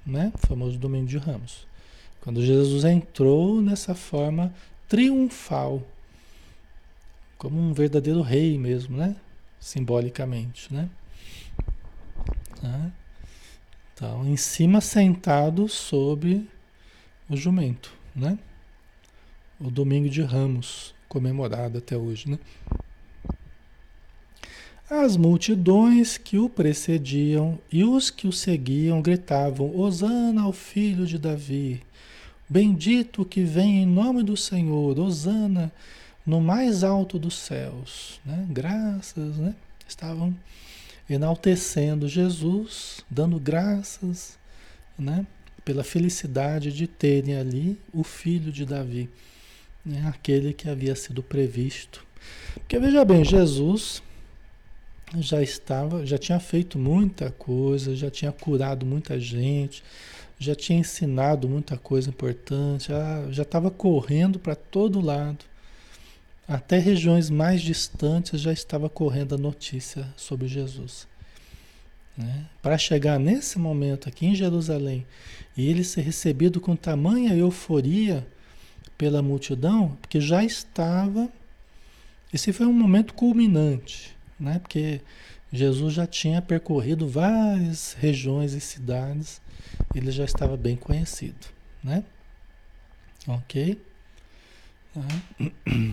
né? O famoso Domingo de Ramos. Quando Jesus entrou nessa forma triunfal, como um verdadeiro rei mesmo, né? Simbolicamente, né? Tá? Então, em cima sentado sobre o jumento, né? O Domingo de Ramos, comemorado até hoje, né? As multidões que o precediam e os que o seguiam gritavam: Hosana ao filho de Davi, bendito o que vem em nome do Senhor, Hosana no mais alto dos céus, né? Graças, né? Estavam enaltecendo Jesus, dando graças, né? Pela felicidade de terem ali o filho de Davi, né? Aquele que havia sido previsto. Porque veja bem, Jesus já estava, já tinha feito muita coisa, já tinha curado muita gente, já tinha ensinado muita coisa importante, já já estava correndo para todo lado. Até regiões mais distantes já estava correndo a notícia sobre Jesus, né? Para chegar nesse momento aqui em Jerusalém e ele ser recebido com tamanha euforia pela multidão, porque já estava. Esse foi um momento culminante, né? Porque Jesus já tinha percorrido várias regiões e cidades, ele já estava bem conhecido, né? Ok? Tá?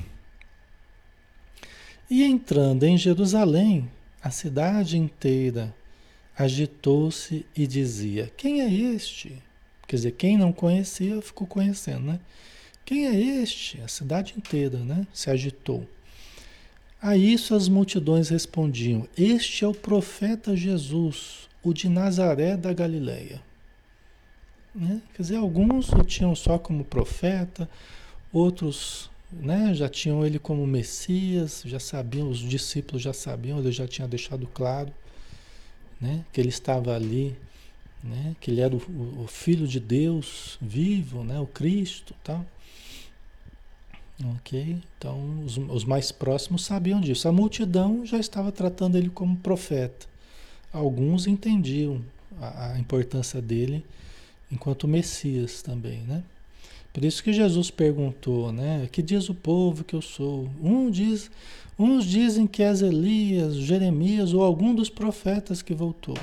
E entrando em Jerusalém, a cidade inteira agitou-se e dizia: Quem é este? Quer dizer, quem não conhecia ficou conhecendo, né? Quem é este? A cidade inteira, né? Se agitou. A isso as multidões respondiam: Este é o profeta Jesus, o de Nazaré da Galileia. Né? Quer dizer, alguns o tinham só como profeta, outros, né, já tinham ele como Messias, já sabiam, os discípulos já sabiam, ele já tinha deixado claro, né, que ele estava ali, né, que ele era o, o Filho de Deus vivo, né, o Cristo, tal. Ok? Então, os, os mais próximos sabiam disso. A multidão já estava tratando ele como profeta. Alguns entendiam a, a importância dele enquanto Messias também, né? Por isso que Jesus perguntou, né? Que diz o povo que eu sou? Um diz, uns dizem que és Elias, Jeremias ou algum dos profetas que voltou.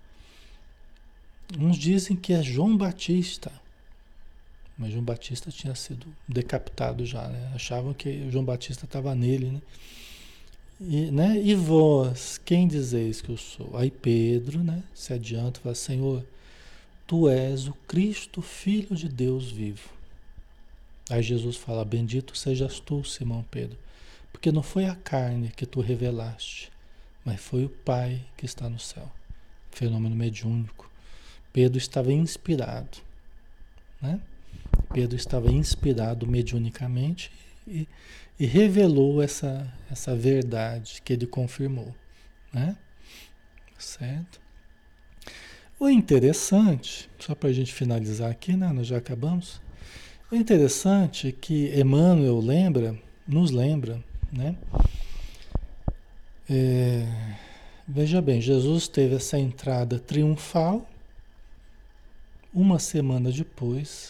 Uns dizem que é João Batista. Mas João Batista tinha sido decapitado já, né? Achavam que João Batista estava nele, né? E, né? E vós, quem dizeis que eu sou? Aí Pedro, né, se adianta e fala: Senhor, tu és o Cristo, Filho de Deus vivo. Aí Jesus fala: Bendito sejas tu, Simão Pedro, porque não foi a carne que tu revelaste, mas foi o Pai que está no céu. Fenômeno mediúnico. Pedro estava inspirado, né? Pedro estava inspirado mediunicamente e, e revelou essa, essa verdade que ele confirmou, né? Certo? O interessante, só para a gente finalizar aqui, né? Nós já acabamos. O interessante é que Emmanuel lembra, nos lembra, né? É, veja bem, Jesus teve essa entrada triunfal, uma semana depois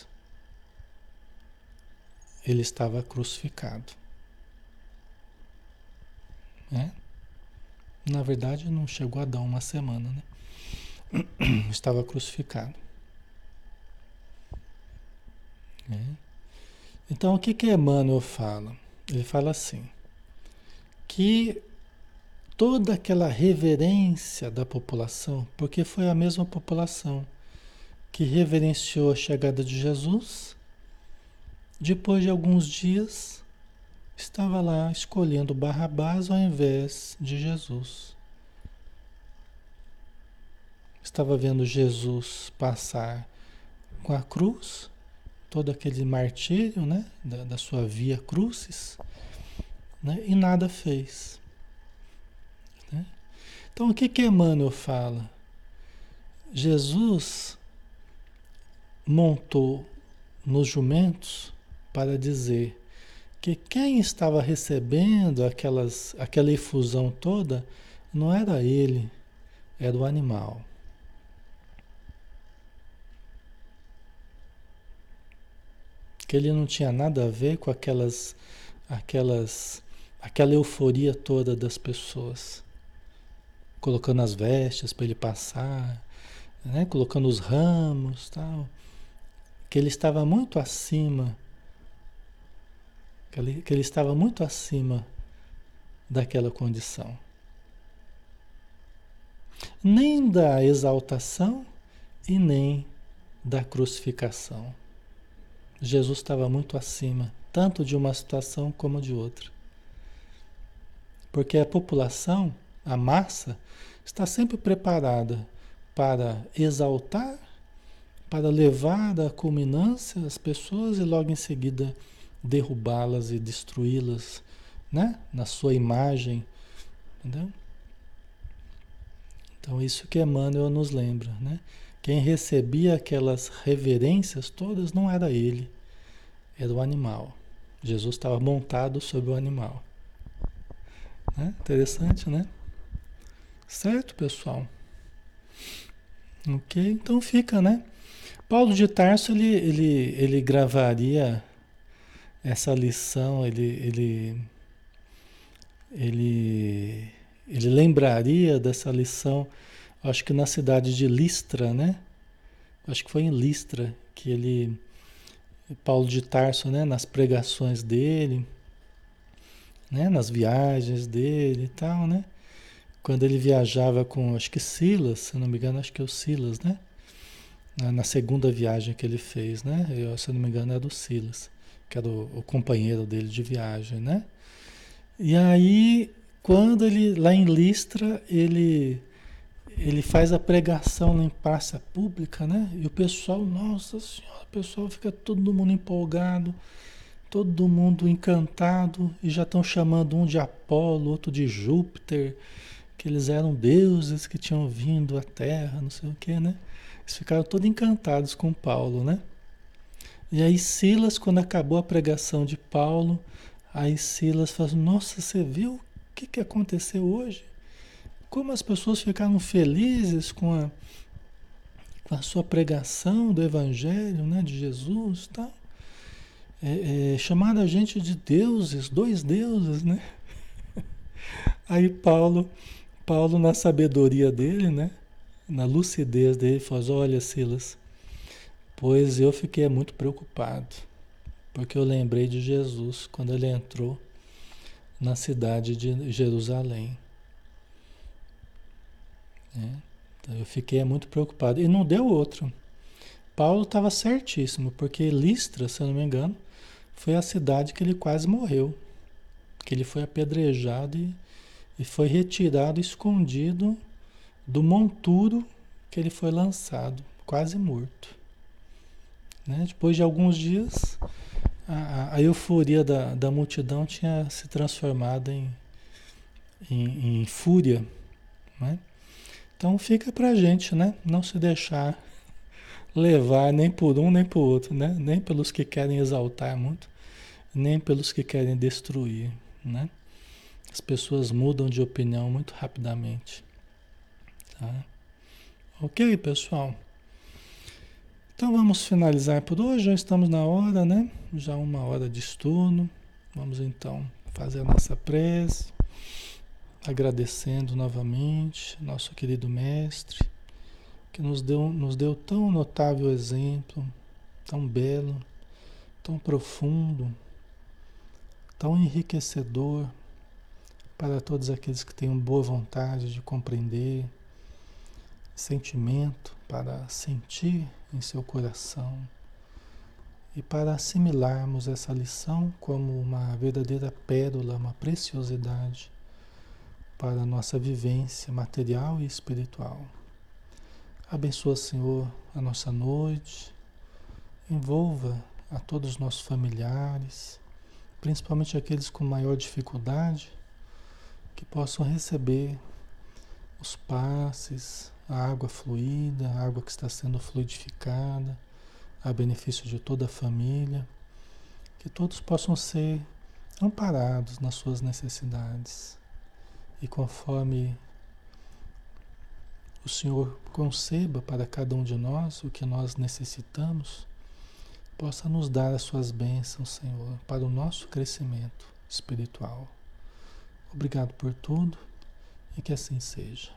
ele estava crucificado, né? Na verdade não chegou a dar uma semana, né? Estava crucificado, né? Então o que que Emmanuel fala? Ele fala assim, que toda aquela reverência da população, porque foi a mesma população que reverenciou a chegada de Jesus, depois de alguns dias, estava lá escolhendo Barrabás ao invés de Jesus. Estava vendo Jesus passar com a cruz, todo aquele martírio, né, da, da sua via crucis, né, e nada fez, né? Então o que que Emmanuel fala? Jesus montou nos jumentos para dizer que quem estava recebendo aquelas, aquela efusão toda não era ele, era o animal. que ele não tinha nada a ver com aquelas, aquelas, aquela euforia toda das pessoas, colocando as vestes para ele passar, né? Colocando os ramos, tal, que ele estava muito acima, que ele, que ele estava muito acima daquela condição, nem da exaltação e nem da crucificação. Jesus estava muito acima, tanto de uma situação como de outra. Porque a população, a massa, está sempre preparada para exaltar, para levar à culminância as pessoas e logo em seguida derrubá-las e destruí-las, né? Na sua imagem, entendeu? Então isso que Emmanuel nos lembra, né? Quem recebia aquelas reverências todas não era ele, era o animal. Jesus estava montado sobre o animal. Né? Interessante, né? Certo, pessoal? Ok, então fica, né? Paulo de Tarso, ele, ele, ele gravaria essa lição, ele, ele, ele, ele lembraria dessa lição, acho que na cidade de Listra, né? Acho que foi em Listra que ele, Paulo de Tarso, né? Nas pregações dele, né? Nas viagens dele e tal, né? Quando ele viajava com, acho que Silas, se não me engano, acho que é o Silas, né? Na, na segunda viagem que ele fez, né? Eu, se não me engano, é do Silas, que era o, o companheiro dele de viagem, né? E aí, quando ele, lá em Listra, ele, ele faz a pregação em praça pública, né? E o pessoal, nossa senhora, o pessoal fica todo mundo empolgado, todo mundo encantado, e já estão chamando um de Apolo, outro de Júpiter, que eles eram deuses que tinham vindo à Terra, não sei o que, né? Eles ficaram todos encantados com Paulo, né? E aí Silas, quando acabou a pregação de Paulo, aí Silas falou, nossa, você viu o que, que aconteceu hoje? Como as pessoas ficaram felizes com a, com a sua pregação do Evangelho, né, de Jesus e tal. É, é, chamaram a gente de deuses, dois deuses, né? Aí Paulo, Paulo na sabedoria dele, né? Na lucidez dele, falou, olha Silas, pois eu fiquei muito preocupado, porque eu lembrei de Jesus quando ele entrou na cidade de Jerusalém. Né? Então eu fiquei muito preocupado. E não deu outro. Paulo estava certíssimo, porque Listra, se eu não me engano, foi a cidade que ele quase morreu. Que ele foi apedrejado e, e foi retirado, escondido do monturo que ele foi lançado, quase morto. Né? Depois de alguns dias, a, a euforia da, da multidão tinha se transformado em, em, em fúria. Né? Então fica pra gente, né? Não se deixar levar nem por um nem por outro, né? Nem pelos que querem exaltar muito, nem pelos que querem destruir, né? As pessoas mudam de opinião muito rapidamente, tá? Ok, pessoal? Então vamos finalizar por hoje, já estamos na hora, né? Já uma hora de estudo. Vamos então fazer a nossa prece, agradecendo novamente nosso querido mestre, que nos deu, nos deu tão notável exemplo, tão belo, tão profundo, tão enriquecedor para todos aqueles que tenham boa vontade de compreender, sentimento para sentir em seu coração e para assimilarmos essa lição como uma verdadeira pérola, uma preciosidade para a nossa vivência material e espiritual. Abençoa, Senhor, a nossa noite, envolva a todos os nossos familiares, principalmente aqueles com maior dificuldade, que possam receber os passes, a água fluida, a água que está sendo fluidificada, a benefício de toda a família, que todos possam ser amparados nas suas necessidades. E conforme o Senhor conceba para cada um de nós o que nós necessitamos, possa nos dar as suas bênçãos, Senhor, para o nosso crescimento espiritual. Obrigado por tudo e que assim seja.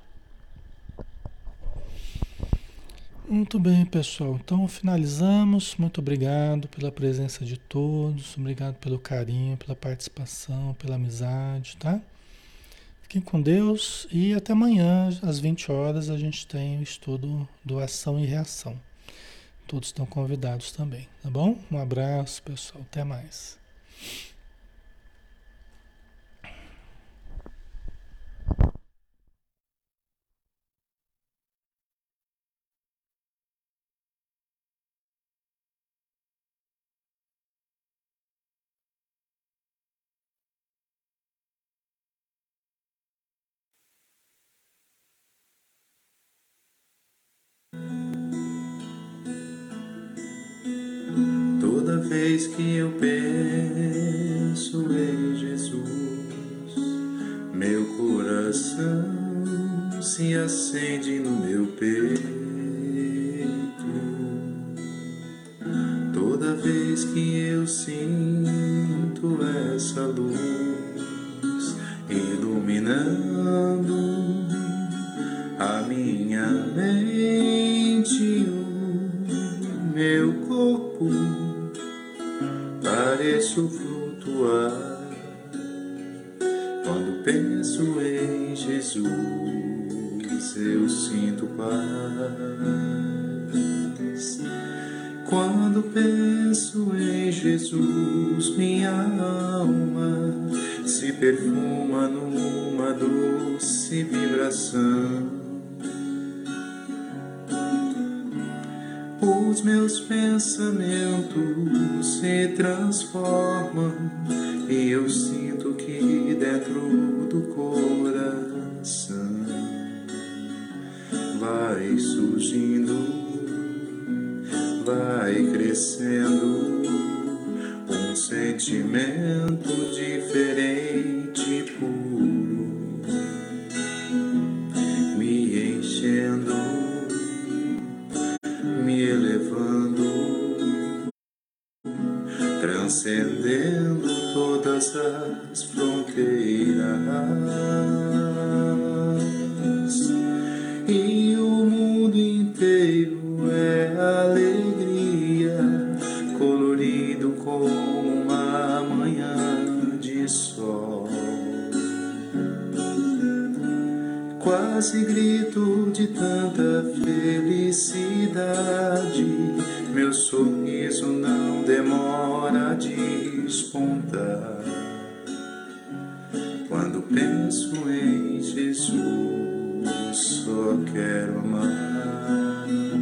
Muito bem, pessoal. Então finalizamos. Muito obrigado pela presença de todos. Obrigado pelo carinho, pela participação, pela amizade, tá? Fiquem com Deus e até amanhã, às vinte horas, a gente tem o estudo do Ação e Reação. Todos estão convidados também, tá bom? Um abraço, pessoal. Até mais. Toda vez que eu penso em Jesus, meu coração se acende no meu peito. Toda vez que eu sinto essa luz iluminando a minha mente, o meu corpo, pareço flutuar. Quando penso em Jesus, eu sinto paz. Quando penso em Jesus, minha alma se perfuma numa doce vibração. Os meus pensamentos se transformam e eu sinto que dentro do coração vai surgindo, vai crescendo um sentimento diferente, puro, me enchendo, me elevando, transcendendo todas as fronteiras. E o mundo inteiro é alegria, colorido como uma manhã de sol. Quase grito de tanta felicidade, meu sorriso não demora a despontar. Quando penso em Jesus, só quero amar.